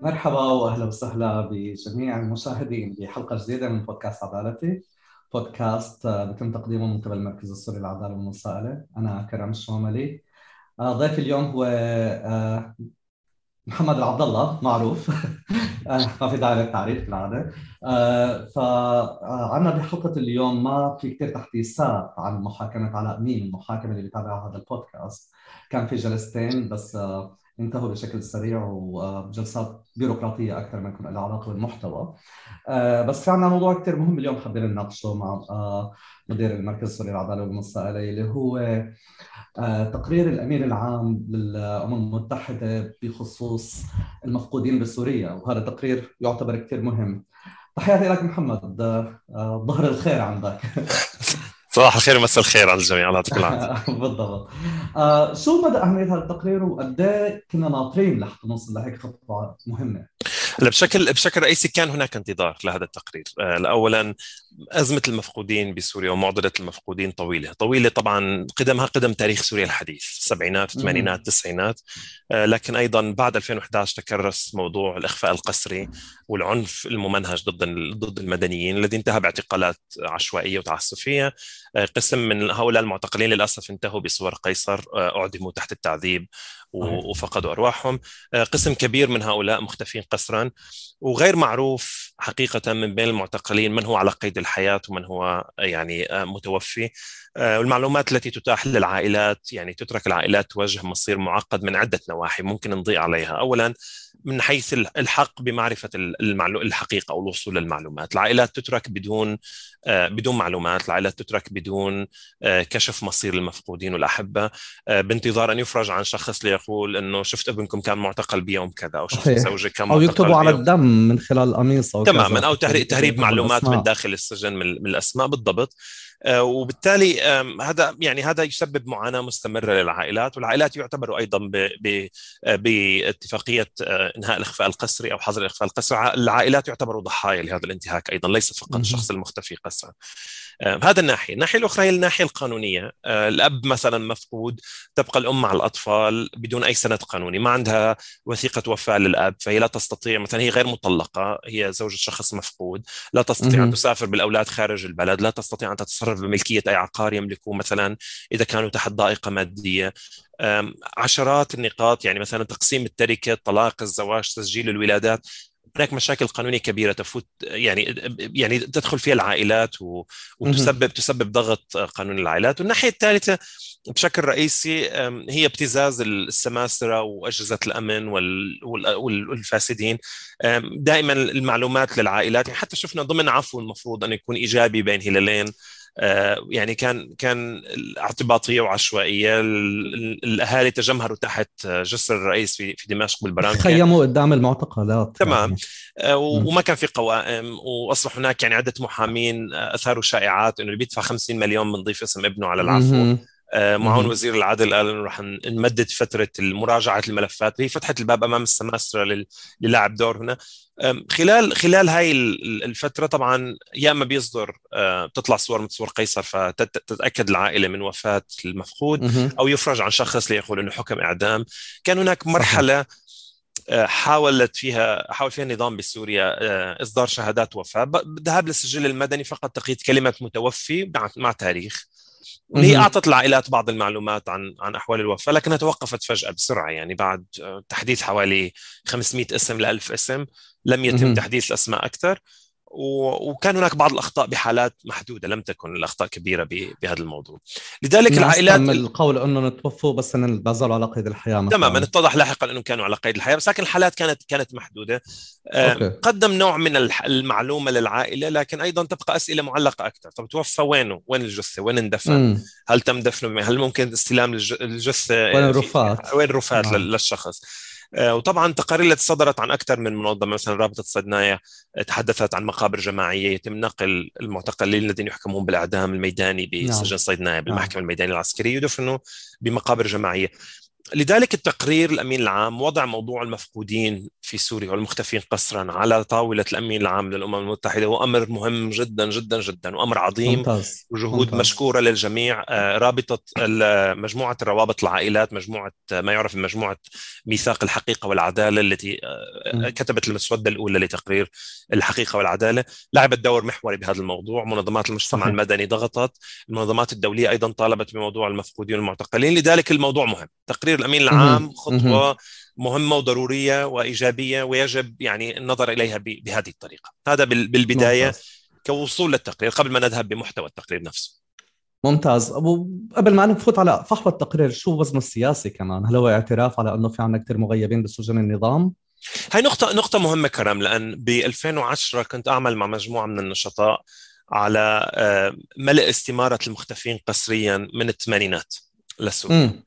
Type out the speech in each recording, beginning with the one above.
مرحبا واهلا وسهلا بجميع المشاهدين بحلقه جديده من بودكاست عدالتي. بودكاست بيتم تقديمه من قبل المركز السوري للعداله والمساءله. انا كرم الشوملي. ضيفي اليوم هو محمد العبد الله معروف. ما في داعي للتعريف بالعاده. فعنا بحلقه اليوم ما في كثير تحديثات عن محاكمه علاء مين، المحاكمه اللي بيتابعها هذا البودكاست. كان في جلستين بس انتهوا بشكل سريع وجلسات بيروقراطيه اكثر ما يكون لها علاقه بالمحتوى. بس في عندنا موضوع كثير مهم اليوم حابين نناقشه مع مدير المركز السوري للعداله والمساءله، اللي هو تقرير الأمين العام للأمم المتحدة بخصوص المفقودين بسوريا، وهذا تقرير يعتبر كثير مهم. تحياتي لك محمد. ظهر الخير عندك. صباح الخير ومساء الخير على الجميع، الله يعطيكم العافية. بالضبط. شو مدى أهمية هذا التقرير وقد إيه كنا ناطرين لحتى نوصل لهيك خطوة مهمة؟ هلا بشكل رئيسي كان هناك انتظار لهذا التقرير. اولا أزمة المفقودين بسوريا ومعضلة المفقودين طويلة طبعا، قدمها قدم تاريخ سوريا الحديث، السبعينات الثمانينات مهم. التسعينات. لكن أيضا بعد 2011 تكرس موضوع الإخفاء القسري والعنف الممنهج ضد المدنيين الذي انتهى باعتقالات عشوائية وتعسفية. قسم من هؤلاء المعتقلين للأسف انتهوا بصور قيصر، أعدموا تحت التعذيب صحيح. وفقدوا أرواحهم. قسم كبير من هؤلاء مختفين قسرا، وغير معروف حقيقة من بين المعتقلين من هو على قيد الحياة ومن هو يعني متوفي. والمعلومات التي تتاح للعائلات يعني تترك العائلات تواجه مصير معقد من عدة نواحي ممكن نضيء عليها. أولا من حيث الحق بمعرفة الحقيقة أو الوصول للمعلومات، العائلات تترك بدون معلومات، العائلات تترك بدون كشف مصير المفقودين والأحبة، بانتظار أن يفرج عن شخص ليقول أنه شفت ابنكم كان معتقل بيوم كذا، أو شفت صحيح. زوجك كان أو معتقل يكتبوا على بيوم. الدم من خلال القميص أو كذا، تماما، او تهريب يذهبوا معلومات من الأسماء. داخل السجن من الاسماء بالضبط. وبالتالي هذا يسبب معاناه مستمره للعائلات، والعائلات يعتبروا ايضا باتفاقيه انهاء الاخفاء القسري او حظر الاخفاء القسري، العائلات يعتبروا ضحايا لهذا الانتهاك ايضا، ليس فقط مهم. الشخص المختفي قسرا. هذا الناحية الأخرى هي الناحية القانونية. الأب مثلا مفقود، تبقى الأم مع الأطفال بدون أي سند قانوني، ما عندها وثيقة وفاة للأب، فهي لا تستطيع، مثلا هي غير مطلقة، هي زوجة شخص مفقود، لا تستطيع أن مهم. تسافر بالأولاد خارج البلد، لا تستطيع أن تتصرف بملكية أي عقار يملكوه مثلا إذا كانوا تحت ضائقة مادية. عشرات النقاط، يعني مثلا تقسيم التركة، طلاق الزواج، تسجيل الولادات. هناك مشاكل قانونية كبيرة تفوت، يعني تدخل فيها العائلات مهم. وتسبب ضغط قانون العائلات. والناحية الثالثة بشكل رئيسي هي ابتزاز السماسرة وأجهزة الأمن والفاسدين. دائما المعلومات للعائلات، يعني حتى شفنا ضمن عفو المفروض أن يكون إيجابي بين هلالين، يعني كان اعتباطيه وعشوائيه. الاهالي تجمهروا تحت جسر الرئيس في دمشق بالبرامكه. خيموا قدام المعتقلات تمام. يعني. وما كان في قوائم، واصبح هناك يعني عده محامين اثاروا شائعات انه اللي بيدفع 50 مليون بنضيف اسم ابنه على العفو. مهم. معاون مهم. وزير العدل قال انه راح نمدد فتره مراجعه الملفات، هي فتحت الباب امام السماسرة للعب دور هنا. خلال هاي الفتره طبعا يا اما بيصدر بتطلع صور من صور قيصر فتتاكد العائله من وفاه المفقود، مهم. او يفرج عن شخص ليقول انه حكم اعدام. كان هناك صحيح. مرحله حاول فيها النظام بسوريا إصدار شهادات وفاة، بالذهاب للسجل المدني فقط تقييد كلمة متوفي مع تاريخ، واللي هي مهم. أعطت العائلات بعض المعلومات عن أحوال الوفاة، لكنها توقفت فجأة بسرعة، يعني بعد تحديث حوالي 500 اسم ل 1000 اسم لم يتم مهم. تحديث الأسماء أكثر. وكان هناك بعض الأخطاء بحالات محدودة، لم تكن الأخطاء كبيرة بهذا الموضوع. لذلك ناس العائلات تم القول انه توفوا بس ان ما زالوا على قيد الحياة تماما مثلا. اتضح لاحقا انهم كانوا على قيد الحياه، بس لكن الحالات كانت محدوده. اوكي. قدم نوع من المعلومه للعائله، لكن ايضا تبقى اسئله معلقه اكثر. طب توفى وينه؟ وين الجثه؟ وين اندفن؟ امم. هل تم دفنه هل ممكن استلام الجثه وين في الرفات؟ وين رفاة نعم. للشخص؟ وطبعا تقارير التي صدرت عن اكثر من منظمه، مثلا رابطه صيدنايا تحدثت عن مقابر جماعيه يتم نقل المعتقلين الذين يحكمون بالاعدام الميداني بسجن نعم. صيدنايا نعم. بالمحكمه الميدانيه العسكريه، يدفنوا بمقابر جماعيه. لذلك التقرير الأمين العام وضع موضوع المفقودين في سوريا والمختفين قسرا على طاولة الأمين العام للأمم المتحدة، هو أمر مهم جدا جدا جدا وأمر عظيم ممتاز وجهود ممتاز. مشكورة للجميع. رابطة مجموعة الروابط العائلات، مجموعة ما يعرف بمجموعة ميثاق الحقيقة والعدالة التي مم. كتبت المسودة الأولى لتقرير الحقيقة والعدالة، لعبت دور محوري بهذا الموضوع. منظمات المجتمع صحيح. المدني ضغطت، المنظمات الدولية أيضا طالبت بموضوع المفقودين والمعتقلين. لذلك الموضوع مهم. تقرير الأمين العام مهم. خطوة مهم. مهمة وضرورية وإيجابية، ويجب يعني النظر إليها بهذه الطريقة. هذا بالبداية ممتاز كوصول للتقرير قبل ما نذهب بمحتوى التقرير نفسه. ممتاز. قبل ما نفوت على فحوى التقرير، شو وزنه السياسي كمان؟ هل هو اعتراف على انه في عندنا كثير مغيبين بسجن النظام؟ هاي نقطة مهمة كرم، لأن ب 2010 كنت أعمل مع مجموعة من النشطاء على ملء استمارة المختفين قسريا من الثمانينات لسوريا. امم.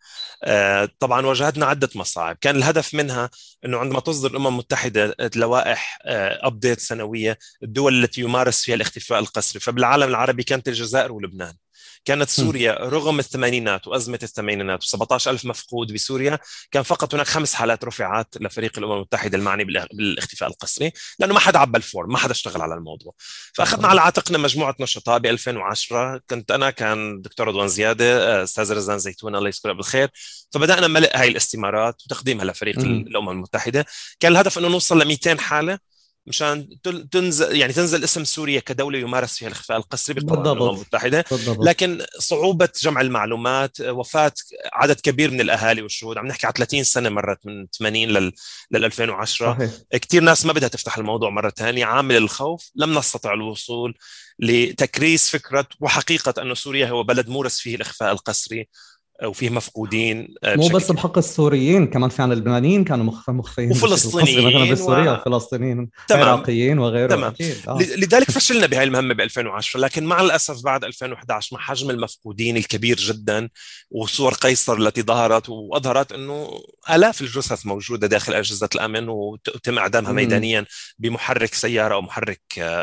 طبعا واجهتنا عدة مصاعب، كان الهدف منها أنه عندما تصدر الأمم المتحدة لوائح أبديت سنوية الدول التي يمارس فيها الاختفاء القسري، فبالعالم العربي كانت الجزائر ولبنان. كانت سوريا رغم الثمانينات وأزمة الثمانينات و17 ألف مفقود بسوريا، كان فقط هناك 5 حالات رفعت لفريق الأمم المتحدة المعني بالاختفاء القسري، لأنه ما حدا عبى الفورم، ما حدا اشتغل على الموضوع. فأخذنا على بالضبط. عاتقنا مجموعة نشطاء ب 2010، كنت أنا، كان دكتور رضوان زيادة، أستاذ رزان زيتون الله يذكره بالخير. فبدأنا ملء هاي الاستمارات وتقديمها لفريق امم. الأمم المتحدة. كان الهدف أنه نوصل ل 200 حالة مشان تنزل اسم سوريا كدولة يمارس فيها الإخفاء القسري بقوانين الأمم بالضبط المتحدة. بالضبط. لكن صعوبة جمع المعلومات، وفاة عدد كبير من الأهالي والشهود، عم نحكي على 30 سنة مرت من 80 لل 2010. صحيح. كثير ناس ما بدها تفتح الموضوع مرة ثانية، عامل الخوف. لم نستطع الوصول لتكريس فكرة وحقيقة أن سوريا هو بلد مورس فيه الإخفاء القسري وفيه مفقودين مو بشكل بس كبير، بحق السوريين، كمان في عن اللبنانيين كانوا مخفيين بشكل قسري مثلا وفلسطينيين بسوريا، وفلسطينيين تمام. عراقيين وغيره، تمام. اكيد لذلك فشلنا بهاي المهمة ب 2010، لكن مع الأسف بعد 2011 مع حجم المفقودين الكبير جدا وصور قيصر التي ظهرت وأظهرت أنه آلاف الجثث موجودة داخل أجهزة الأمن وتم إعدامها امم. ميدانيا بمحرك سيارة أو محرك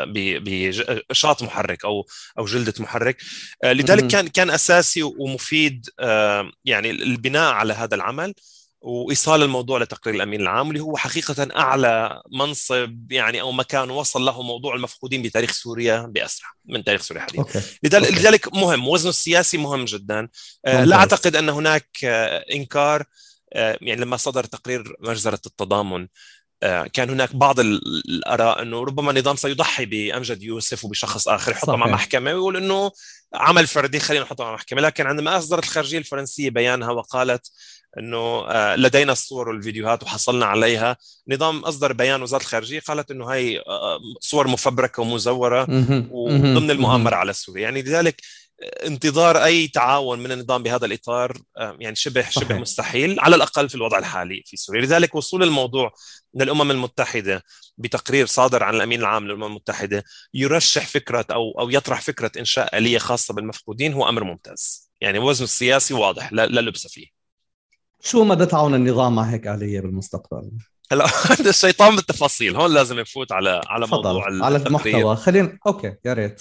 بشاط محرك أو جلدة محرك. لذلك امم. كان أساسي ومفيد يعني البناء على هذا العمل وإيصال الموضوع لتقرير الأمين العام، واللي هو حقيقة أعلى منصب يعني أو مكان وصل له موضوع المفقودين بتاريخ سوريا بأسرع من تاريخ سوريا الحديث. اوكي. اوكي. لذلك مهم، وزنه السياسي مهم جدا. لا ممتاز. أعتقد أن هناك إنكار. يعني لما صدر تقرير مجزرة التضامن كان هناك بعض الآراء أنه ربما النظام سيضحي بأمجد يوسف وبشخص آخر يحطه مع صحيح. محكمة ويقول أنه عمل فردي خلينا نحطه مع محكمة. لكن عندما أصدرت الخارجية الفرنسية بيانها وقالت أنه لدينا الصور والفيديوهات وحصلنا عليها، نظام أصدر بيان وزارة الخارجية قالت أنه هاي صور مفبركة ومزورة اها وضمن اها المؤامرة اها. على سوريا. يعني لذلك انتظار أي تعاون من النظام بهذا الإطار يعني شبه صحيح. مستحيل، على الأقل في الوضع الحالي في سوريا. لذلك وصول الموضوع من الأمم المتحدة بتقرير صادر عن الأمين العام للأمم المتحدة يرشح فكرة أو يطرح فكرة إنشاء آلية خاصة بالمفقودين هو أمر ممتاز، يعني وزنه السياسي واضح، لا لبس فيه. شو مدى تعاون النظام مع هيك آلية بالمستقبل؟ هلا هذا الشيطان بالتفاصيل، هون لازم نفوت على تفضل موضوع على التقرير. المحتوى، خلينا اوكي يا ريت.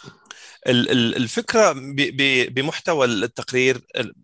الفكرة بمحتوى التقرير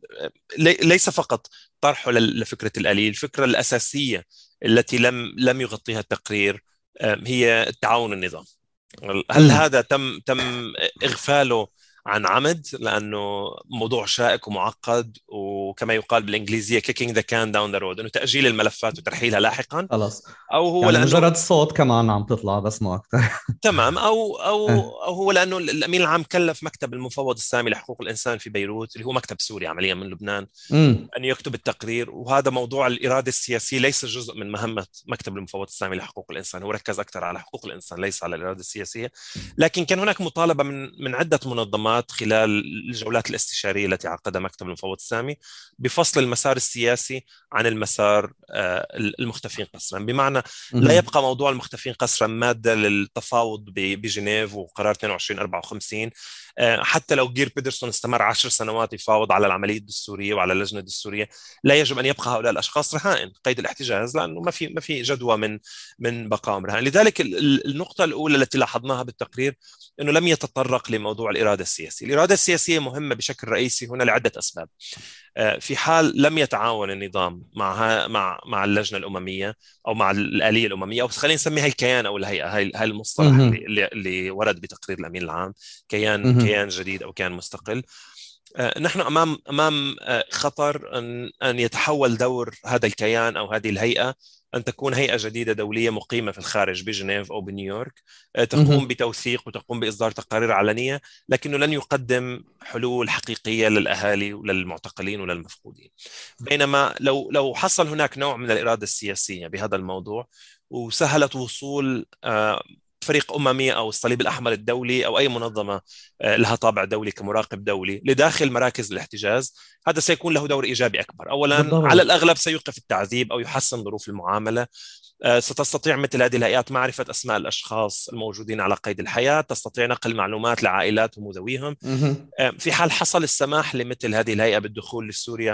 ليس فقط طرحه لفكرة الآلية. الفكرة الأساسية التي لم يغطيها التقرير هي التعاون النظام. هل امم. هذا تم إغفاله عن عمد لأنه موضوع شائك ومعقد، وكما يقال بالإنجليزية kicking the can down the road، أنه تأجيل الملفات وترحيلها لاحقا، خلص. أو هو يعني لأنه مجرد صوت كمان عم تطلع بس مو اكثر. تمام، أو اه. هو لأنه الأمين العام كلف مكتب المفوض السامي لحقوق الإنسان في بيروت، اللي هو مكتب سوري عمليا من لبنان، امم. أن يكتب التقرير. وهذا موضوع الإرادة السياسية ليس جزء من مهمة مكتب المفوض السامي لحقوق الإنسان، هو ركز أكثر على حقوق الإنسان ليس على الإرادة السياسية. لكن كان هناك مطالبة من عدة منظمات خلال الجولات الاستشارية التي عقدها مكتب المفوض السامي بفصل المسار السياسي عن المسار المختفين قسرا. بمعنى لا امم. يبقى موضوع المختفين قسرا مادة للتفاوض بجنيف وقرار 2254. حتى لو جير بيدرسون استمر 10 سنوات يفاوض على العملية الدستورية وعلى اللجنة الدستورية، لا يجب أن يبقى هؤلاء الأشخاص رهائن قيد الاحتجاز، لأنه ما في جدوى من بقائهم رهائن. لذلك النقطة الأولى التي لاحظناها بالتقرير أنه لم يتطرق لموضوع الإرادة السياسية. السياسي. الإرادة السياسية مهمة بشكل رئيسي هنا لعدة أسباب. في حال لم يتعاون النظام مع اللجنة الأممية أو مع الآلية الأممية، أو خلينا نسميها الكيان أو الهيئة، هاي المصطلح مهم. اللي ورد بتقرير الأمين العام، مهم. كيان جديد أو كيان مستقل. نحن أمام خطر أن يتحول دور هذا الكيان أو هذه الهيئة، أن تكون هيئة جديدة دولية مقيمة في الخارج بجنيف أو بنيويورك، تقوم مهم. بتوثيق وتقوم بإصدار تقارير علنية، لكنه لن يقدم حلول حقيقية للأهالي وللمعتقلين وللمفقودين. بينما لو حصل هناك نوع من الإرادة السياسية بهذا الموضوع، وسهلت وصول فريق أممي أو الصليب الأحمر الدولي أو أي منظمة لها طابع دولي كمراقب دولي لداخل مراكز الاحتجاز، هذا سيكون له دور إيجابي أكبر. أولا، على بالضبط. الأغلب سيوقف التعذيب أو يحسن ظروف المعاملة. ستستطيع مثل هذه الهيئات معرفة أسماء الأشخاص الموجودين على قيد الحياة، تستطيع نقل معلومات لعائلاتهم وذويهم. مهم. في حال حصل السماح لمثل هذه الهيئة بالدخول لسوريا،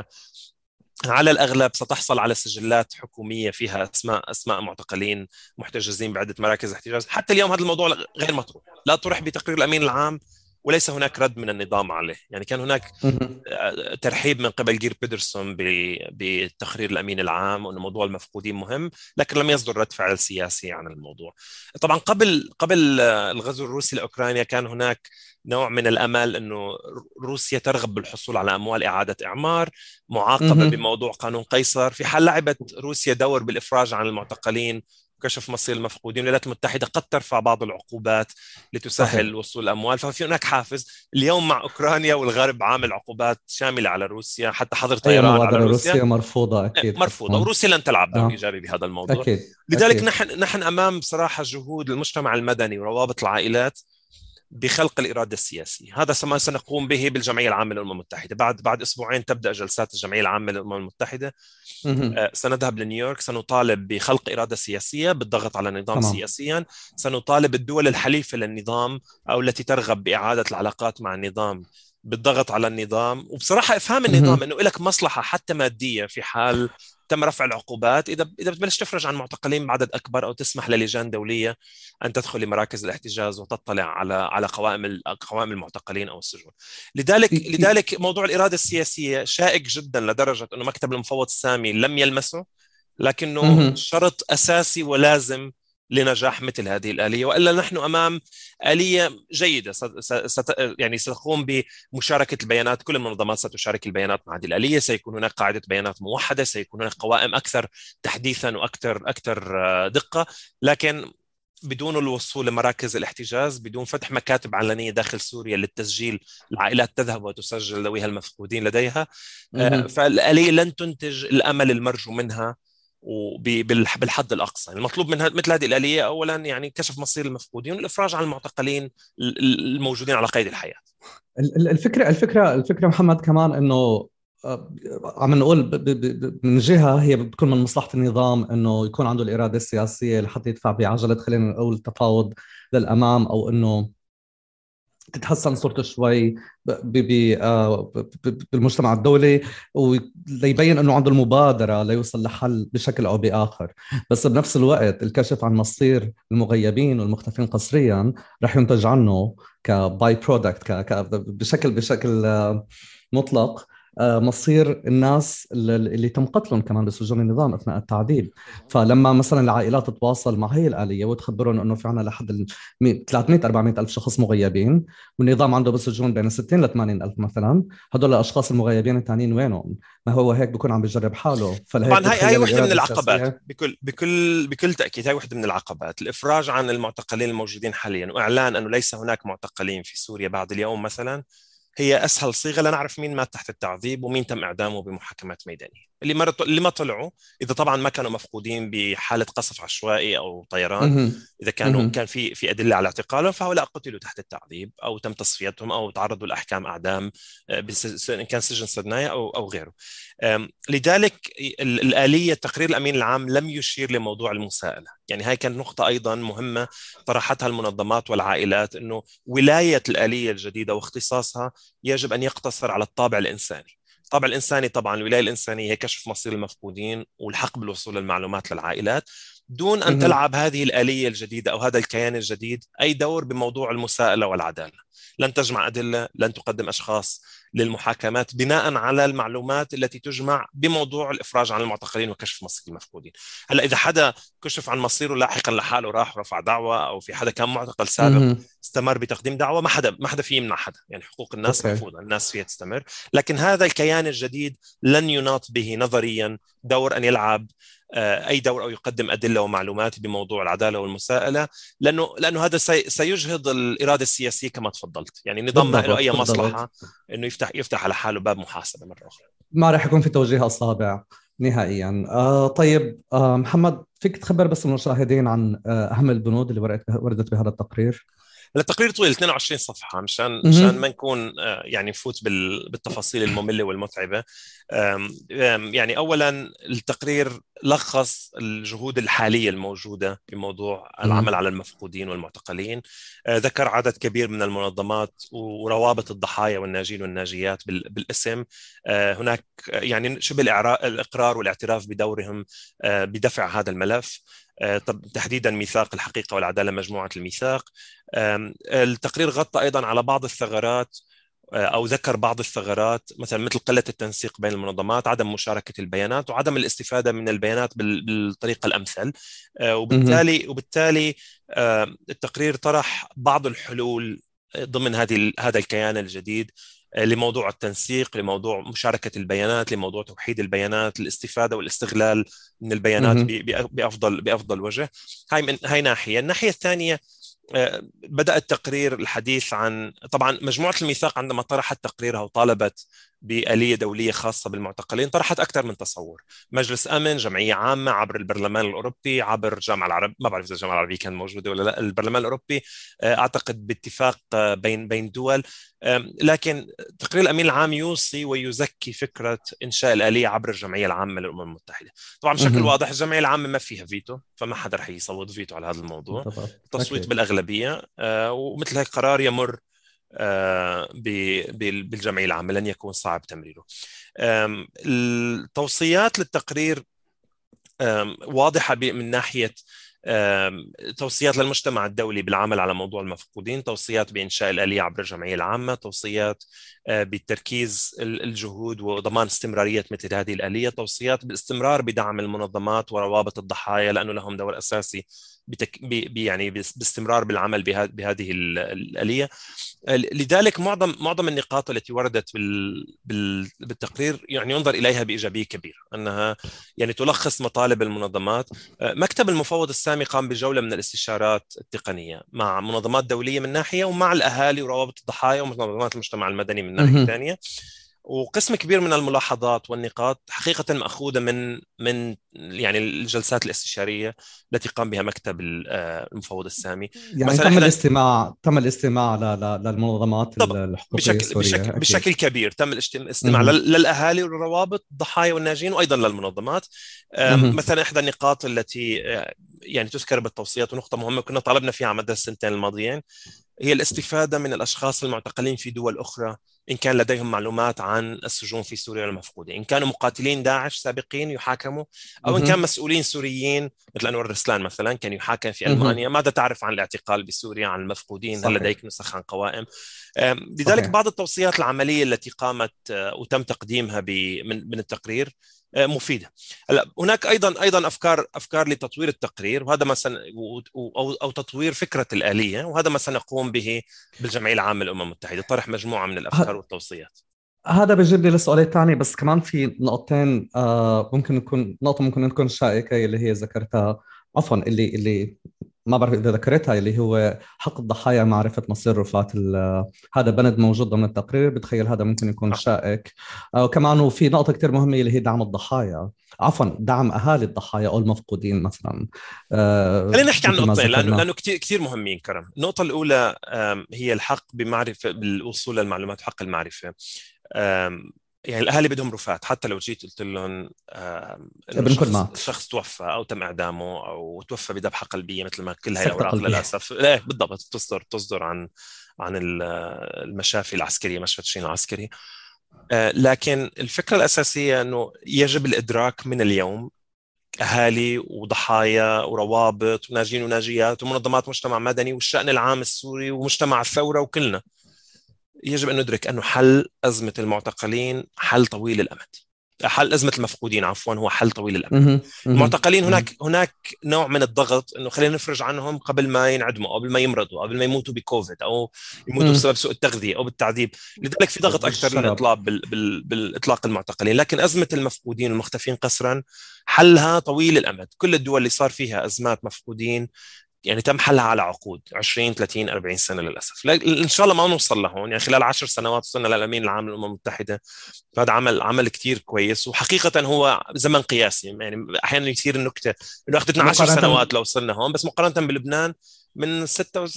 على الأغلب ستحصل على سجلات حكومية فيها أسماء معتقلين محتجزين بعدة مراكز احتجاز. حتى اليوم هذا الموضوع غير مطروح، لا طرح بتقرير الأمين العام، وليس هناك رد من النظام عليه. يعني كان هناك مهم. ترحيب من قبل جير بيدرسون بتقرير الأمين العام وأن موضوع المفقودين مهم، لكن لم يصدر رد فعل سياسي عن الموضوع. طبعا قبل الغزو الروسي لأوكرانيا كان هناك نوع من الأمل أنه روسيا ترغب بالحصول على أموال إعادة إعمار معاقبة مهم. بموضوع قانون قيصر. في حال لعبت روسيا دور بالإفراج عن المعتقلين وكشف مصير المفقودين، الولايات المتحدة قد ترفع بعض العقوبات لتسهل صحيح. وصول الأموال. ففي هناك حافز. اليوم مع أوكرانيا والغرب عامل عقوبات شاملة على روسيا، حتى حظر أي طيران على مبادرة روسيا روسية مرفوضة أكيد مرفوضة، حتكون. وروسيا لن تلعب دور آه. إيجابي بهذا الموضوع. أكيد لذلك أكيد. نحن أمام بصراحة جهود المجتمع المدني وروابط العائلات بخلق الإرادة السياسية. هذا ما سنقوم به بالجمعية العامة للأمم المتحدة. بعد أسبوعين تبدأ جلسات الجمعية العامة للأمم المتحدة. مهم. سنذهب لنيويورك، سنطالب بخلق إرادة سياسية بالضغط على النظام تمام. سياسيا. سنطالب الدول الحليفة للنظام أو التي ترغب بإعادة العلاقات مع النظام بالضغط على النظام، وبصراحة إفهام النظام مهم. أنه لك مصلحة حتى مادية في حال تم رفع العقوبات، إذا بتبلش تفرج عن معتقلين بعدد أكبر أو تسمح للجان دولية أن تدخل لمراكز الاحتجاز وتطلع على قوائم المعتقلين أو السجون. لذلك موضوع الإرادة السياسية شائك جدا لدرجة أنه مكتب المفوض السامي لم يلمسه، لكنه مهم. شرط أساسي ولازم لنجاح مثل هذه الآلية. وإلا نحن أمام آلية جيدة يعني ستقوم بمشاركة البيانات. كل المنظمات ستشارك البيانات مع هذه الآلية، سيكون هناك قاعدة بيانات موحدة، سيكون هناك قوائم أكثر تحديثا وأكثر دقة، لكن بدون الوصول لمراكز الاحتجاز، بدون فتح مكاتب علنية داخل سوريا للتسجيل، العائلات تذهب وتسجل ذويها المفقودين لديها. مهم. فالآلية لن تنتج الأمل المرجو منها بالحد الأقصى. المطلوب منها مثل هذه الآلية أولا يعني كشف مصير المفقودين والإفراج عن المعتقلين الموجودين على قيد الحياة. الفكرة محمد كمان انه عم نقول من جهة هي بتكون من مصلحة النظام انه يكون عنده الإرادة السياسية لحتى يدفع بعجلة، خلينا نقول التفاوض للأمام، او انه تتحسن صورته شوي بالمجتمع الدولي، وليبين انه عنده المبادره ليوصل لحل بشكل او باخر. بس بنفس الوقت الكشف عن مصير المغيبين والمختفين قسريا رح ينتج عنه كباي برودكت، بشكل مطلق، مصير الناس اللي تم قتلهم كمان بسجون النظام اثناء التعذيب. فلما مثلا العائلات تتواصل مع هي الآلية وتخبرهم انه في عنا لحد 300 400 الف شخص مغيبين، والنظام عنده بالسجون بين 60 ل 80 الف مثلا، هدول الاشخاص المغيبين الثانيين وينهم؟ ما هو هيك بكون عم بيجرب حاله، فلهيك طبعا هاي بتخيل وحده من الإرادة العقبات، السياسية. بكل تاكيد. هاي وحده من العقبات، الافراج عن المعتقلين الموجودين حاليا واعلان انه ليس هناك معتقلين في سوريا بعد اليوم مثلا، هي اسهل صيغه لنعرف مين مات تحت التعذيب ومين تم اعدامه بمحاكمات ميدانيه. اللي ما طلعوا، اذا طبعا ما كانوا مفقودين بحاله قصف عشوائي او طيران، مهم. اذا مهم. كان في ادله على اعتقالهم، فهؤلاء قتلوا تحت التعذيب او تم تصفيتهم او تعرضوا لاحكام اعدام، ان كان سجن صدنايا او غيره. لذلك الآلية تقرير الأمين العام لم يشير لموضوع المساءلة. يعني هاي كانت نقطة أيضا مهمة طرحتها المنظمات والعائلات، أنه ولاية الآلية الجديدة واختصاصها يجب أن يقتصر على الطابع الإنساني. الطابع الإنساني طبعا الولاية الإنسانية هي كشف مصير المفقودين والحق بالوصول للمعلومات للعائلات، دون أن مهم. تلعب هذه الآلية الجديدة أو هذا الكيان الجديد أي دور بموضوع المساءلة والعدالة. لن تجمع أدلة، لن تقدم أشخاص للمحاكمات بناء على المعلومات التي تجمع بموضوع الإفراج عن المعتقلين وكشف مصير المفقودين. هلا إذا حدا كشف عن مصيره لاحقا لحاله راح رفع دعوة، أو في حدا كان معتقل سابق مهم. استمر بتقديم دعوة، ما حدا فيه يمنع حدا، يعني حقوق الناس اوكي. محفوظة، الناس فيها تستمر. لكن هذا الكيان الجديد لن يناط به نظريا دور أن يلعب أي دور أو يقدم أدلة ومعلومات بموضوع العدالة والمساءلة، لأنه هذا سيجهض الإرادة السياسية كما تفضلت. يعني النظام ما له بالضبط أي بالضبط. مصلحة أنه يفتح على حاله باب محاسبة مرة أخرى. ما راح يكون في توجيه أصابع نهائيا. طيب، محمد، فيك تخبر بس المشاهدين عن أهم البنود اللي وردت بهذا التقرير؟ التقرير طويل 22 صفحة، مشان مهم. ما نكون يعني نفوت بالتفاصيل المملة والمتعبة. يعني أولا التقرير لخص الجهود الحالية الموجودة بموضوع العمل مهم. على المفقودين والمعتقلين. ذكر عدد كبير من المنظمات وروابط الضحايا والناجين والناجيات بالاسم. هناك يعني شبه الإقرار والاعتراف بدورهم بدفع هذا الملف. تحديدا ميثاق الحقيقة والعدالة، مجموعة الميثاق. التقرير غطى أيضا على بعض الثغرات، أو ذكر بعض الثغرات، مثلا مثل قلة التنسيق بين المنظمات، عدم مشاركة البيانات، وعدم الاستفادة من البيانات بالطريقة الأمثل. مهم. وبالتالي التقرير طرح بعض الحلول ضمن هذا الكيان الجديد لموضوع التنسيق، لموضوع مشاركة البيانات، لموضوع توحيد البيانات، الاستفادة والاستغلال من البيانات مهم. بأفضل وجه. هاي ناحية. الناحية الثانية، بدأ التقرير الحديث عن، طبعا مجموعة الميثاق عندما طرحت تقريرها وطالبت بآلية دولية خاصة بالمعتقلين طرحت أكثر من تصور: مجلس أمن، جمعية عامة، عبر البرلمان الأوروبي، عبر الجامعة العربية، ما بعرف إذا الجامعة العربية كانت موجودة ولا لا، البرلمان الأوروبي، أعتقد باتفاق بين دول. لكن تقرير الأمين العام يوصي ويزكي فكرة إنشاء الآلية عبر الجمعية العامة للأمم المتحدة. طبعا بشكل مهم. واضح الجمعية العامة ما فيها فيتو، فما حدا رح يصوت فيتو على هذا الموضوع. بالضبط تصويت أكيد. بالأغلبية، ومثل هيك قرار يمر بالجمعية العامة، لن يكون صعب تمريره. التوصيات للتقرير واضحة من ناحية توصيات للمجتمع الدولي بالعمل على موضوع المفقودين، توصيات بإنشاء الآلية عبر الجمعية العامة، توصيات بالتركيز الجهود وضمان استمرارية مثل هذه الآلية، توصيات بالاستمرار بدعم المنظمات وروابط الضحايا لأنه لهم دور أساسي يعني باستمرار بالعمل بهذه الآلية. لذلك معظم النقاط التي وردت بالتقرير يعني ينظر إليها بإيجابية كبيرة، أنها يعني تلخص مطالب المنظمات. مكتب المفوض السامي قام بجولة من الاستشارات التقنية مع منظمات دولية من ناحية، ومع الأهالي وروابط الضحايا ومنظمات المجتمع المدني من ناحية مهم. ثانية. وقسم كبير من الملاحظات والنقاط حقيقة مأخوذة من يعني الجلسات الاستشارية التي قام بها مكتب المفوض السامي. يعني مثلا إحدى تم الاستماع للمنظمات طب الحقوقية بشكل السورية بشكل أكيد. بشكل كبير تم الاستماع مهم. للاهالي والروابط الضحايا والناجين وايضا للمنظمات. مهم. مثلا احدى النقاط التي يعني تذكر بالتوصيات، ونقطه مهمه كنا طالبنا فيها على مدى السنتين الماضيين، هي الاستفاده من الاشخاص المعتقلين في دول اخرى ان كان لديهم معلومات عن السجون في سوريا والمفقودين، ان كانوا مقاتلين داعش سابقين يحاكموا، او ان كان مهم. مسؤولين سوريين مثل انور رسلان مثلا كان يحاكم في مهم. المانيا. ماذا تعرف عن الاعتقال بسوريا، عن المفقودين؟ هل صحيح. لديك نسخ عن قوائم؟ لذلك صحيح. بعض التوصيات العملية التي قامت وتم تقديمها من التقرير مفيدة. هلا هناك أيضا أفكار لتطوير التقرير، وهذا ما أو تطوير فكرة الآلية، وهذا ما سنقوم به بالجمعية العامة للأمم المتحدة، طرح مجموعة من الأفكار ه- والتوصيات. هذا بيجيبني للسؤال الثاني، بس كمان في نقطتين ممكن تكون شائكة اللي هي ذكرتها، عفوا، اللي ما بعرف إذا ذكرتها، اللي هو حق الضحايا معرفة مصير رفات هذا بند موجود ضمن التقرير، بتخيل هذا ممكن يكون شائك. وكمان وفي نقطة كتير مهمة اللي هي دعم الضحايا، عفوا، دعم أهالي الضحايا أو المفقودين مثلا، خلينا نحكي عن مثل ما نقطتين ذكرنا. لأنه كثير مهمين كرم. النقطة الأولى هي الحق بمعرفة بالوصول للمعلومات وحق المعرفة. يعني الاهالي بدهم رفات، حتى لو جيت قلت لهم انه ابن كل شخص مات. شخص توفى او تم اعدامه او توفى بذبحه قلبيه مثل ما كل هاي سكتة الاوراق قلبية. للاسف لا بالضبط تصدر عن المشافي العسكريه، مشفى تشرين العسكري. لكن الفكره الاساسيه انه يجب الادراك من اليوم أهالي وضحايا وروابط وناجين وناجيات ومنظمات مجتمع مدني والشأن العام السوري ومجتمع الثورة وكلنا. يجب أن ندرك أنه حل أزمة المعتقلين حل طويل الأمد. حل أزمة المفقودين عفوا هو حل طويل الأمد. المعتقلين هناك نوع من الضغط انه خلينا نفرج عنهم قبل ما ينعدموا او قبل ما يمرضوا او قبل ما يموتوا بكوفيد او يموتوا بسبب سوء التغذيه او بالتعذيب، لذلك في ضغط اكثر للاطلاق بالاطلاق المعتقلين. لكن ازمه المفقودين المختفين قسرا حلها طويل الامد. كل الدول اللي صار فيها ازمات مفقودين يعني تم حلها على عقود 20 30 40 سنه للاسف. ان شاء الله ما نوصل لهون، يعني خلال 10 سنوات وصلنا للامين العام للامم المتحده، فهذا عمل كتير كويس. وحقيقه هو زمن قياسي، يعني احيانا يصير النكته انه اخذتنا 10 سنوات لو وصلنا هون، بس مقارنه بلبنان من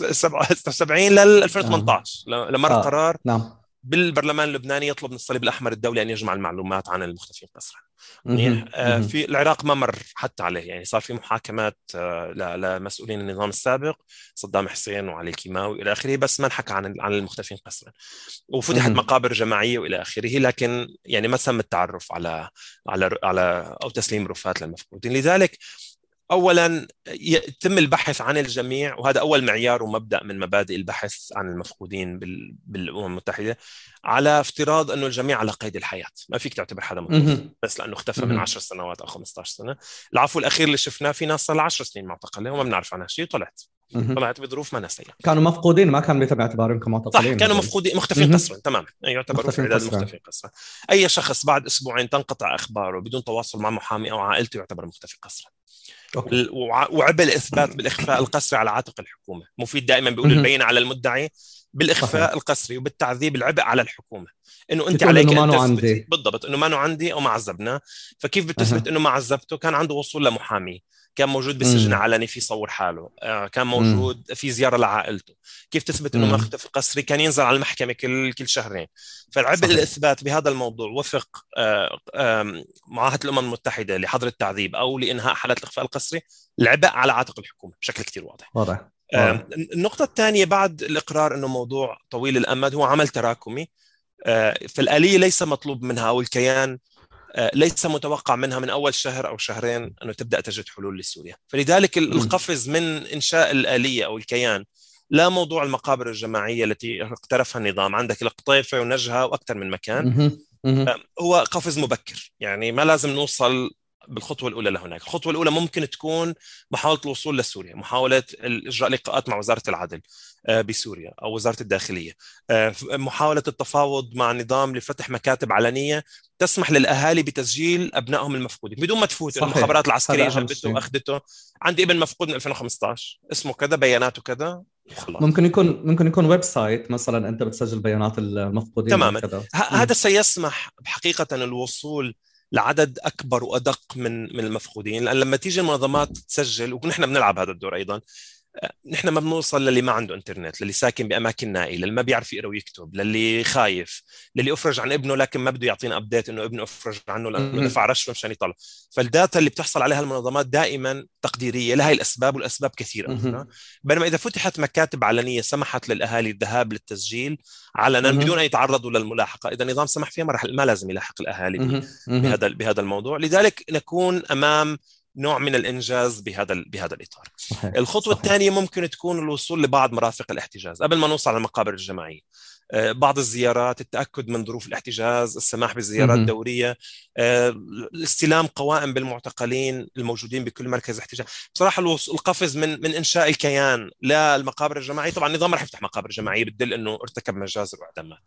76 ل 2018 لمر قرار نعم. بالبرلمان اللبناني يطلب من الصليب الأحمر الدولي أن يجمع المعلومات عن المختفين قسرا. منيح. في العراق ما مر حتى عليه، يعني صار في محاكمات لمسؤولين النظام السابق صدام حسين وعلي الكيماوي إلى آخره، بس ما نحكى عن المختفين قسرا. وفتحت مقابر جماعية وإلى آخره، لكن يعني ما تم التعرف على أو تسليم رفات للمفقودين. لذلك أولا يتم البحث عن الجميع، وهذا أول معيار ومبدأ من مبادئ البحث عن المفقودين بالأمم المتحدة، على افتراض أنه الجميع على قيد الحياة. ما فيك تعتبر حدا متوفى بس لأنه اختفى من 10 سنوات أو 15 سنة. العفو الأخير اللي شفناه في ناس صار له 10 سنين معتقلة وما بنعرف عنها شيء، طلعت بظروف ما سيئة. كانوا مفقودين، ما كان بيتم اعتبارهم كمعتقلين. صح، كانوا مختفين قسرا تماما، يعتبروا في اعداد مختفين قسرا. اي شخص بعد اسبوعين تنقطع اخباره بدون تواصل مع محامي او عائلته يعتبر مختفي قسرا. وعبء الاثبات بالاخفاء القسري على عاتق الحكومه. مفيد دائما بيقول البينه على المدعي، بالاخفاء صحيح. القسري وبالتعذيب العبء على الحكومه، انه انت عليك ان تثبتي بالضبط انه ما عندي او ما عذبنا. فكيف بتثبت انه ما عذبته؟ كان عنده وصول لمحامي، كان موجود بالسجن علني في صور حاله، كان موجود في زياره لعائلته. كيف تثبت انه ما اختفى قسري؟ كان ينزل على المحكمه كل شهرين. فالعبء الاثبات بهذا الموضوع وفق معاهده الامم المتحده لحظر التعذيب او لانهاء حالات الاخفاء القسري، العبء على عاتق الحكومه بشكل كثير واضح. النقطه الثانيه بعد الاقرار انه موضوع طويل الامد هو عمل تراكمي. فالآلية ليس مطلوب منها أو الكيان ليس متوقع منها من أول شهر أو شهرين أنه تبدأ تجد حلول لسوريا. فلذلك القفز من إنشاء الآلية أو الكيان لا موضوع المقابر الجماعية التي اقترفها النظام، عندك القطيفة ونجهة وأكثر من مكان، هو قفز مبكر. يعني ما لازم نوصل بالخطوة الأولى لهناك. الخطوة الأولى ممكن تكون محاولة الوصول لسوريا، محاولة إجراء لقاءات مع وزارة العدل بسوريا أو وزارة الداخلية، محاولة التفاوض مع نظام لفتح مكاتب علنية تسمح للأهالي بتسجيل أبنائهم المفقودين بدون ما تفوت المخابرات العسكرية جلبته وأخذته. عندي ابن مفقود من 2015 اسمه كذا بياناته كذا، ممكن يكون ويب سايت مثلا انت بتسجل بيانات المفقودين تماما. هذا سيسمح بحقيقة الوصول لعدد اكبر وادق من المفقودين، لان لما تيجي المنظمات تسجل ونحن بنلعب هذا الدور ايضا، نحن ما بنوصل للي ما عنده انترنت، للي ساكن باماكن نائيه، للي ما بيعرف يقرا ويكتب، للي خايف، للي افرج عن ابنه لكن ما بده يعطينا ابديت انه ابنه افرج عنه لانه دفع رشوه مشان يطلع. فالداتا اللي بتحصل عليها المنظمات دائما تقديريه لهي الاسباب، والاسباب كثيره اخرى. بينما اذا فتحت مكاتب علنيه سمحت للاهالي الذهاب للتسجيل علنا بدون ان يتعرضوا للملاحقه، اذا النظام سمح فيها ما لازم يلاحق الاهالي بهذا الموضوع. لذلك نكون امام نوع من الإنجاز بهذا الإطار. صحيح. الخطوة الثانية ممكن تكون الوصول لبعض مرافق الاحتجاز قبل ما نوصل على المقابر الجماعية. بعض الزيارات، التأكد من ظروف الاحتجاز، السماح بالزيارات الدورية، استلام قوائم بالمعتقلين الموجودين بكل مركز احتجاز. بصراحة القفز من إنشاء الكيان للمقابر الجماعية، طبعا النظام رح يفتح مقابر جماعية بتدل إنه ارتكب مجازر وإعدامات.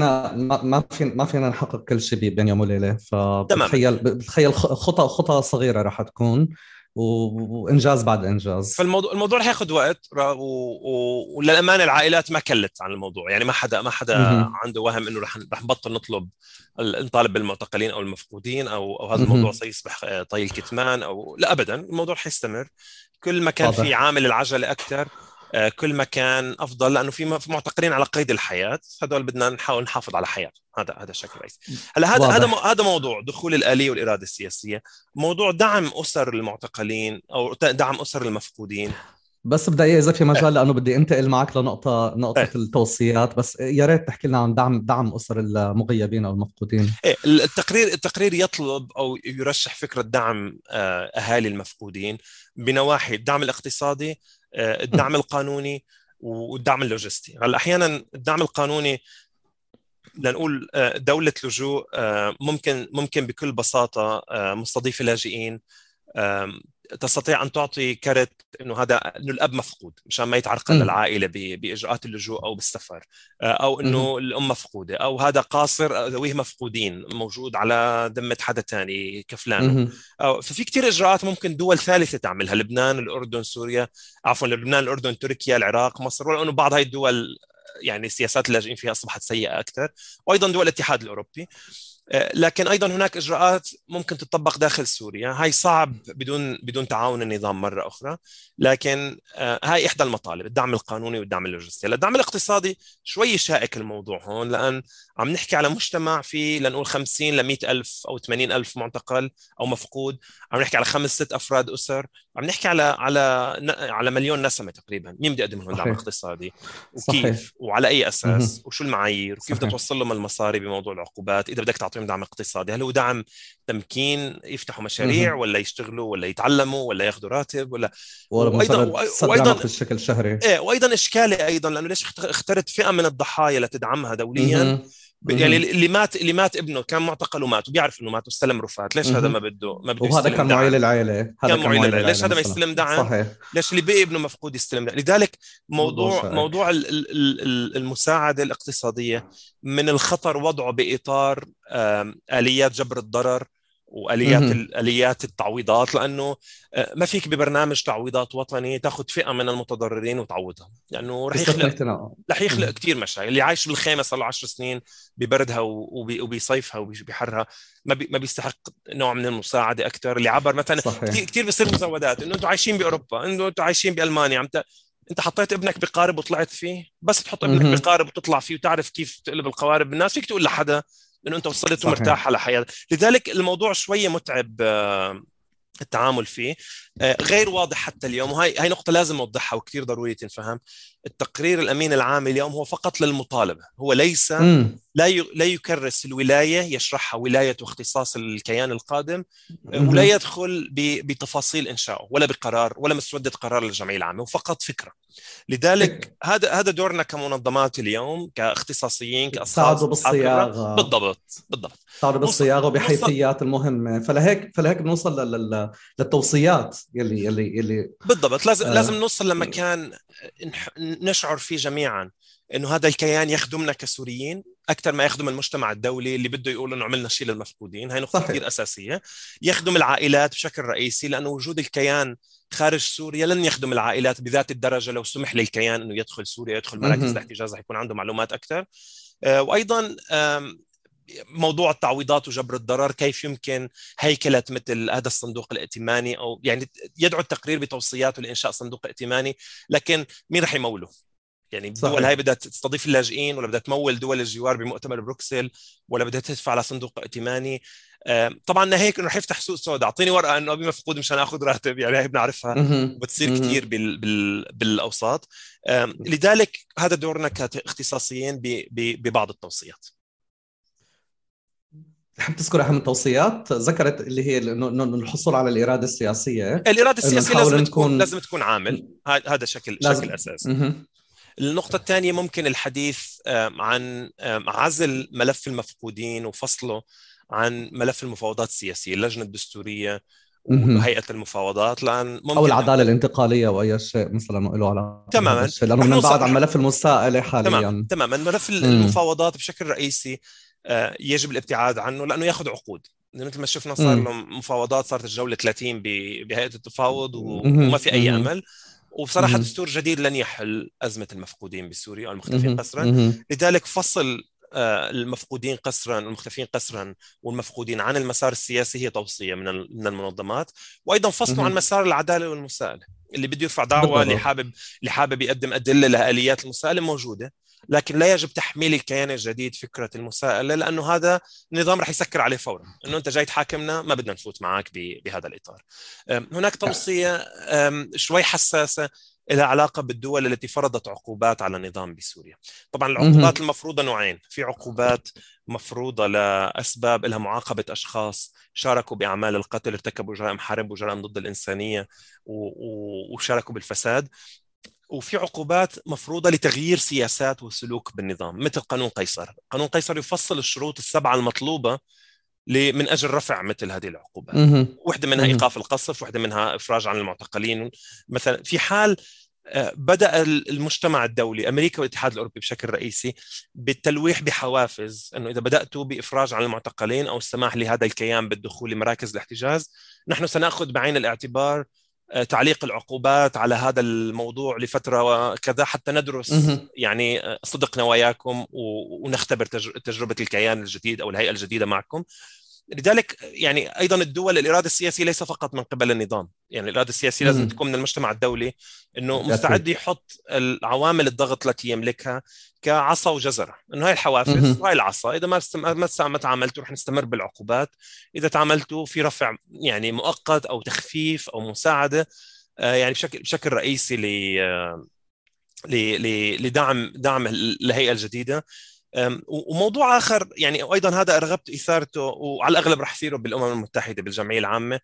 ما فينا نحقق كل شيء بين يوم وليلة. بتخيل خطى صغيرة رح تكون وإنجاز بعد إنجاز. فالموضوع رح ياخذ وقت، وللأمانة العائلات ما كلت عن الموضوع. يعني ما حدا عنده وهم إنه رح نبطل نطالب بالمعتقلين أو المفقودين أو هذا الموضوع سيصبح طي الكتمان أو لا، أبدا. الموضوع حيستمر. كل ما كان في عامل العجلة أكثر كل ما كان أفضل، لأنه في معتقلين على قيد الحياة، هذول بدنا نحاول نحافظ على حياتهم. هذا الشكل الرئيسي. هلا هذا موضوع دخول الآلية والإرادة السياسية. موضوع دعم أسر المعتقلين أو دعم أسر المفقودين بس بدي اذا في مجال، لانه بدي انتقل معك لنقطه إيه. التوصيات، بس يا ريت تحكي لنا عن دعم اسر المغيبين او المفقودين. إيه، التقرير يطلب أو يرشح فكرة دعم أهالي المفقودين بنواحي الدعم الاقتصادي، الدعم القانوني، والدعم اللوجستي. هلا أحيانا الدعم القانوني لنقول دولة لجوء ممكن بكل بساطة مستضيفة لاجئين تستطيع أن تعطي كرت إنه الأب مفقود مشان ما يتعرقل امم. للعائلة بإجراءات اللجوء أو بالسفر، أو إنه الأم مفقودة، أو هذا قاصر ذويه مفقودين موجود على ذمة حدا تاني كفلانه. امم. ففي كتير إجراءات ممكن دول ثالثة تعملها، لبنان، الأردن، سوريا، عفوا لبنان، الأردن، تركيا، العراق، مصر، ولو إنه بعض هاي الدول يعني سياسات اللاجئين فيها أصبحت سيئة أكثر، وأيضا دول الاتحاد الأوروبي. لكن ايضا هناك اجراءات ممكن تطبق داخل سوريا، هاي صعب بدون تعاون النظام مره اخرى. لكن هاي احدى المطالب، الدعم القانوني والدعم اللوجستي. الدعم الاقتصادي شوي شائك الموضوع هون، لان عم نحكي على مجتمع فيه لنقول 50 ل 100 الف او 80 الف معتقل او مفقود، عم نحكي على 5 6 افراد اسر، عم نحكي على مليون نسمه تقريبا. مين بده يقدم لهم دعم صحيح. اقتصادي، صحيح. وكيف، وعلى اي امم. اساس، وشو المعايير، وكيف بدك صحيح. توصل لهم المصاري بموضوع العقوبات اذا بدك تعطيهم دعم اقتصادي؟ هل هو دعم تمكين يفتحوا مشاريع، امم. ولا يشتغلوا، ولا يتعلموا، ولا ياخذوا راتب، ولا ولا وايضا مجرد سد وايضا رمق بالشكل شهري. ايه، وايضا اشكالي ايضا لانه ليش اخترت فئه من الضحايا لتدعمها دوليا؟ امم. يعني امم. اللي مات ابنه كان معتقل ومات وبيعرف انه مات واستلم رفات، ليش هذا امم. ما بده وهذا يستلم كان معيل دعم؟ العائله، هذا كان كان معيل معيل العيله، ليش العائله هذا ما مثلا. يستلم دعم؟ صحيح. ليش اللي بقي ابنه مفقود يستلم دعم؟ لذلك موضوع موضوع شائك. المساعده الاقتصاديه من الخطر وضعه باطار اليات جبر الضرر، واليات امم. اليات التعويضات، لانه ما فيك ببرنامج تعويضات وطني تاخذ فئه من المتضررين وتعوضهم، لانه رح تستثني يخلق اهتمام. رح يخلق كثير مشاكل. اللي عايش بالخيمه صار له 10 سنين ببردها وبصيفها وبحرها ما بيستحق نوع من المساعده اكثر. اللي عبر مثلا كثير صحيح. كثير بيصير مزودات، انه انتم عايشين باوروبا، انه انتم عايشين بالمانيا، انت حطيت ابنك بقارب وطلعت فيه. بس تحط ابنك امم. بقارب وتطلع فيه وتعرف كيف تقلب القوارب بالناس، فيك تقول لحدا انه انت وصلت صحيح. ومرتاح على حياه. لذلك الموضوع شويه متعب التعامل فيه، غير واضح حتى اليوم. وهي نقطة لازم نوضحها وكثير ضروري تنفهم. التقرير الأمين العام اليوم هو فقط للمطالبة، هو ليس امم. لا يكرس الولاية، يشرحها ولاية واختصاص الكيان القادم، ولا امم. يدخل بتفاصيل إنشائه ولا بقرار ولا مسودة قرار للجمعية العامة، هو فقط فكرة. لذلك هذا دورنا كمنظمات اليوم، كاختصاصيين، كأشخاص تساعدوا أصحاب خبرة. بالصياغه. بالضبط بالضبط. تساعدوا نوصل بالصياغه نوصل وبحيثيات المهمه، فلهيك بنوصل للتوصيات يلي بالضبط. لازم آه. نوصل لمكان نشعر فيه جميعا انه هذا الكيان يخدمنا كسوريين اكثر ما يخدم المجتمع الدولي اللي بده يقول انه عملنا شيء للمفقودين. هاي نقطه صحيح. كثير اساسيه. يخدم العائلات بشكل رئيسي، لانه وجود الكيان خارج سوريا لن يخدم العائلات بذات الدرجه لو سمح للكيان انه يدخل سوريا، يدخل مراكز مهم. الاحتجاز، رح يكون عنده معلومات اكثر. وايضا موضوع التعويضات وجبر الضرر، كيف يمكن هيكلة مثل هذا الصندوق الائتماني، أو يعني يدعو التقرير بتوصياته لإنشاء صندوق ائتماني، لكن مين رح يموله؟ يعني الدول هاي صحيح. بدها تستضيف اللاجئين، ولا بدها تمول دول الجوار بمؤتمر بروكسل، ولا بدها تدفع على صندوق ائتماني؟ طبعا هيك انه رح يفتح سوق سوداء. اعطيني ورقه انه ابي مفقود مشان اخذ راتب، يعني هي بنعرفها مهم. وبتصير كثير مهم. بالاوساط. لذلك هذا دورنا كاختصاصيين ببعض التوصيات. تحب تذكر أهم التوصيات؟ ذكرت اللي هي إنه الحصول على الإرادة السياسية. الإرادة إنه السياسية نحاول نكون. لازم تكون عامل، هذا شكل لازم. أساسي. مهم. النقطة الثانية ممكن الحديث عن عزل ملف المفقودين وفصله عن ملف المفاوضات السياسية، اللجنة الدستورية مهم. وهيئة المفاوضات، لأن أو ممكن العدالة نحن الانتقالية أو أي شيء مثلا له علاقة بهذا تماما الشيء، لأنه رح بدنا نبعد نوصل عن ملف المساءلة تماما حاليا. تماما. ملف امم. المفاوضات بشكل رئيسي يجب الابتعاد عنه، لأنه يأخذ عقود. مثل ما شفنا صار له امم. مفاوضات، صارت الجولة 30 بهيئة التفاوض وما امم. في أي امم. أمل. وبصراحة امم. دستور جديد لن يحل أزمة المفقودين بسوريا أو المختفين امم. قسرا. امم. لذلك فصل المفقودين قسرا والمختفين قسرا والمفقودين عن المسار السياسي هي توصية من المنظمات. وأيضا فصله عن امم. مسار العدالة والمساءلة. اللي بده يرفع دعوة، بالضبط. اللي حابب يقدم أدلة لآليات المساءلة موجودة، لكن لا يجب تحميل الكيان الجديد فكرة المساءلة، لأنه هذا النظام رح يسكر عليه فورا، أنه أنت جاي تحاكمنا، ما بدنا نفوت معك بهذا الإطار. هناك توصية شوي حساسة لها علاقة بالدول التي فرضت عقوبات على النظام بسوريا. طبعا العقوبات مهم. المفروضة نوعين، في عقوبات مفروضة لأسباب لها معاقبة أشخاص شاركوا بأعمال القتل، ارتكبوا جرائم حرب وجرائم ضد الإنسانية وشاركوا بالفساد، وفي عقوبات مفروضة لتغيير سياسات وسلوك بالنظام مثل قانون قيصر. قانون قيصر يفصل الشروط السبعة المطلوبة من أجل رفع مثل هذه العقوبات. مهم. واحدة منها مهم. إيقاف القصف، واحدة منها إفراج عن المعتقلين. مثلا في حال بدأ المجتمع الدولي، أمريكا والاتحاد الأوروبي بشكل رئيسي، بالتلويح بحوافز أنه إذا بدأتوا بإفراج عن المعتقلين أو السماح لهذا الكيان بالدخول لمراكز الاحتجاز، نحن سنأخذ بعين الاعتبار تعليق العقوبات على هذا الموضوع لفترة كذا حتى ندرس مهم. يعني صدق نواياكم ونختبر تجربة الكيان الجديد أو الهيئة الجديدة معكم. لذلك يعني أيضا الدول الإرادة السياسية ليس فقط من قبل النظام، يعني الإرادة السياسية لازم مهم. تكون من المجتمع الدولي، أنه مستعد أكيد. يحط العوامل الضغط التي يملكها كعصا وجزرة، أنه هاي الحوافز مهم. وهاي العصا، إذا ما تعاملتوا رح نستمر بالعقوبات، إذا تعاملتوا في رفع يعني مؤقت أو تخفيف أو مساعدة يعني بشكل رئيسي لدعم الهيئة الجديدة. وموضوع آخر يعني أيضا هذا رغبت إثارته وعلى الأغلب رح يثيره بالأمم المتحدة بالجمعية العامة،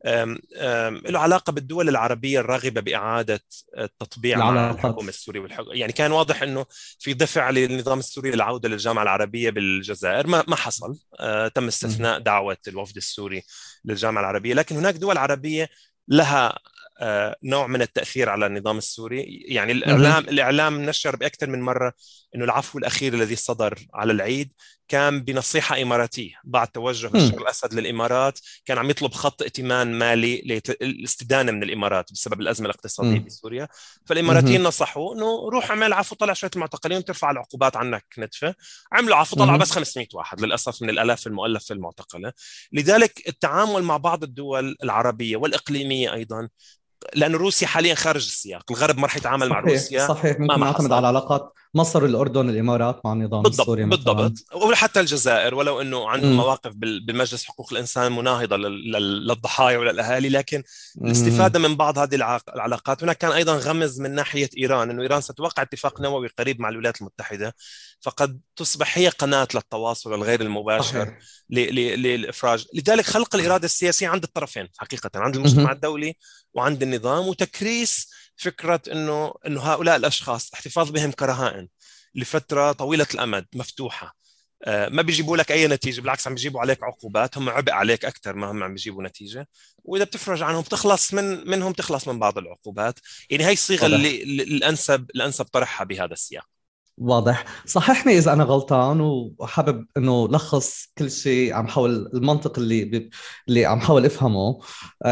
له علاقة بالدول العربية الراغبة بإعادة التطبيع مع العلاقات. الحكومة السورية يعني كان واضح أنه في دفع للنظام السوري للعودة للجامعة العربية بالجزائر، ما حصل. تم مهم. استثناء دعوة الوفد السوري للجامعة العربية، لكن هناك دول عربية لها نوع من التأثير على النظام السوري. يعني مهم. الإعلام نشر بأكثر من مرة أنه العفو الأخير الذي صدر على العيد كان بنصيحة إماراتية بعد توجه بشار مهم. الأسد للإمارات، كان عم يطلب خط ائتمان مالي للاستدانة من الإمارات بسبب الأزمة الاقتصادية مهم. بسوريا. فالإماراتيين مهم. نصحوا أنه روح اعمل عفو، طلع شوية المعتقلين وترفع العقوبات عنك نتفة. عملوا عفو، طلعوا بس مهم. 500 واحد للأسف من الآلاف المؤلفة المعتقلة. لذلك التعامل مع بعض الدول العربية والإقليمية أيضا، لأن روسيا حاليا خارج السياق، الغرب ما راح يتعامل مع صحيح، روسيا صحيح، ممكن مهما نعتمد على حصل. علاقات مصر، الأردن، الإمارات مع النظام بالضبط السوري مثلا. بالضبط، وحتى الجزائر ولو انه عندهم مم. مواقف بالمجلس حقوق الانسان مناهضه للضحايا وللاهالي، لكن مم. الاستفاده من بعض هذه العلاقات. هناك كان ايضا غمز من ناحيه ايران انه ايران ستوقع اتفاق نووي قريب مع الولايات المتحده، فقد تصبح هي قناه للتواصل الغير المباشر صحيح. للافراج. لذلك خلق الاراده السياسيه عند الطرفين حقيقه، عند المجتمع مم. الدولي وعند النظام، وتكريس فكره انه هؤلاء الاشخاص الاحتفاظ بهم كرهائن لفترة طويلة الأمد مفتوحة ما بيجيبوا لك أي نتيجة، بالعكس عم بيجيبوا عليك عقوبات، هم عبء عليك أكثر ما هم عم بيجيبوا نتيجة. وإذا بتفرج عنهم تخلص منهم، تخلص من بعض العقوبات. يعني هي الصيغة واضح. اللي الأنسب طرحها بهذا السياق. واضح. صححني إذا أنا غلطان، وحابب إنه لخص كل شيء عم حاول المنطق اللي عم حاول أفهمه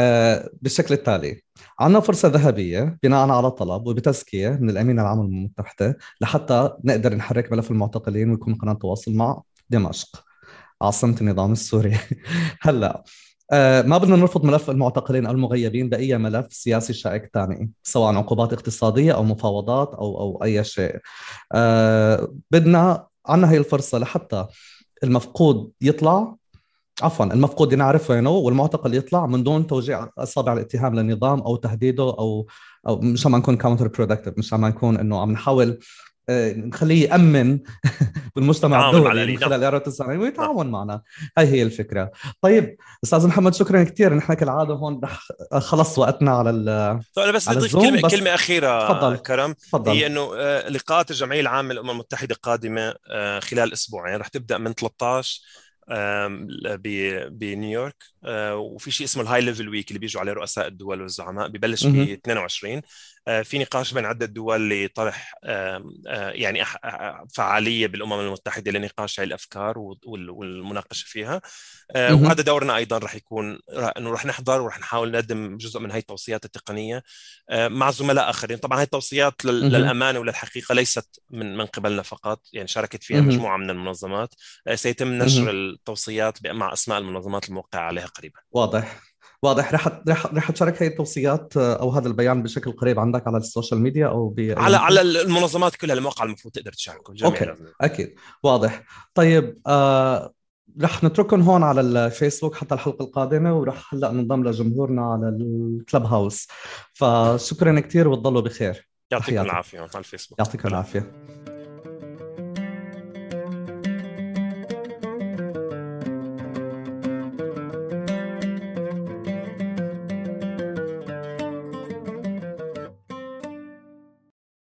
بالشكل التالي. عندنا فرصة ذهبية بناء على طلب وبتزكية من الأمين العام للأمم المتحدة لحتى نقدر نحرك ملف المعتقلين ويكون قناة تواصل مع دمشق عاصمة النظام السوري. هلا ما بدنا نرفض ملف المعتقلين أو المغيبين بأي ملف سياسي شائك ثاني، سواء عقوبات اقتصادية أو مفاوضات أو أي شيء. بدنا عنا هي الفرصة لحتى المفقود يطلع، عفوا المفقود نعرف وينه، والمعتقل يطلع من دون توجيع اصابع الاتهام للنظام او تهديده، او مش عم نكون كاونتر برودكتيف، مش عم نكون انه عم نحاول نخليه يأمن بالمجتمع تعاون مع الدولي الآلي، من نعم. خلال إعارة السنة نعم. ويتعاون معنا. هاي هي الفكرة. طيب أستاذ محمد، شكرا كثير. نحن كالعادة هون رح خلص وقتنا على فأنا بس على بدي أضيف الزوم بس. كلمة أخيرة تفضل. كرم. هي تفضل. أنه لقاءات الجمعية العامة للأمم المتحدة قادمة خلال أسبوعين، رح تبدأ من 13 بنيويورك، وفي شيء اسمه الهاي ليفل ويك اللي بيجوا عليه رؤساء الدول والزعماء، ببلش ب مهم. 22. في نقاش بين عدة دول لطرح يعني فعالية بالأمم المتحدة لنقاش هاي الأفكار والمناقشة فيها. وهذا مهم. دورنا أيضا رح يكون أنه رح نحضر ورح نحاول نقدم جزء من هاي التوصيات التقنية مع زملاء آخرين. طبعا هاي التوصيات مهم. للأمانة وللحقيقة ليست من قبلنا فقط، يعني شاركت فيها مهم. مجموعة من المنظمات. سيتم نشر مهم. التوصيات مع أسماء المنظمات الموقعة عليها قريبا. واضح. واضح. رح تشارك هي التوصيات او هذا البيان بشكل قريب عندك على السوشيال ميديا او باي على مكان؟ المنظمات كلها المواقع المفروض تقدر تشاركه، الجميع اوكي. لازم. اكيد. واضح. طيب رح نتركهم هون على الفيسبوك حتى الحلقة القادمة، ورح هلأ ننضم لجمهورنا على الكلب هاوس. فشكرا كثير وتضلوا بخير. يعطيكم تحياتي. العافيه على الفيسبوك. يعطيكم العافية.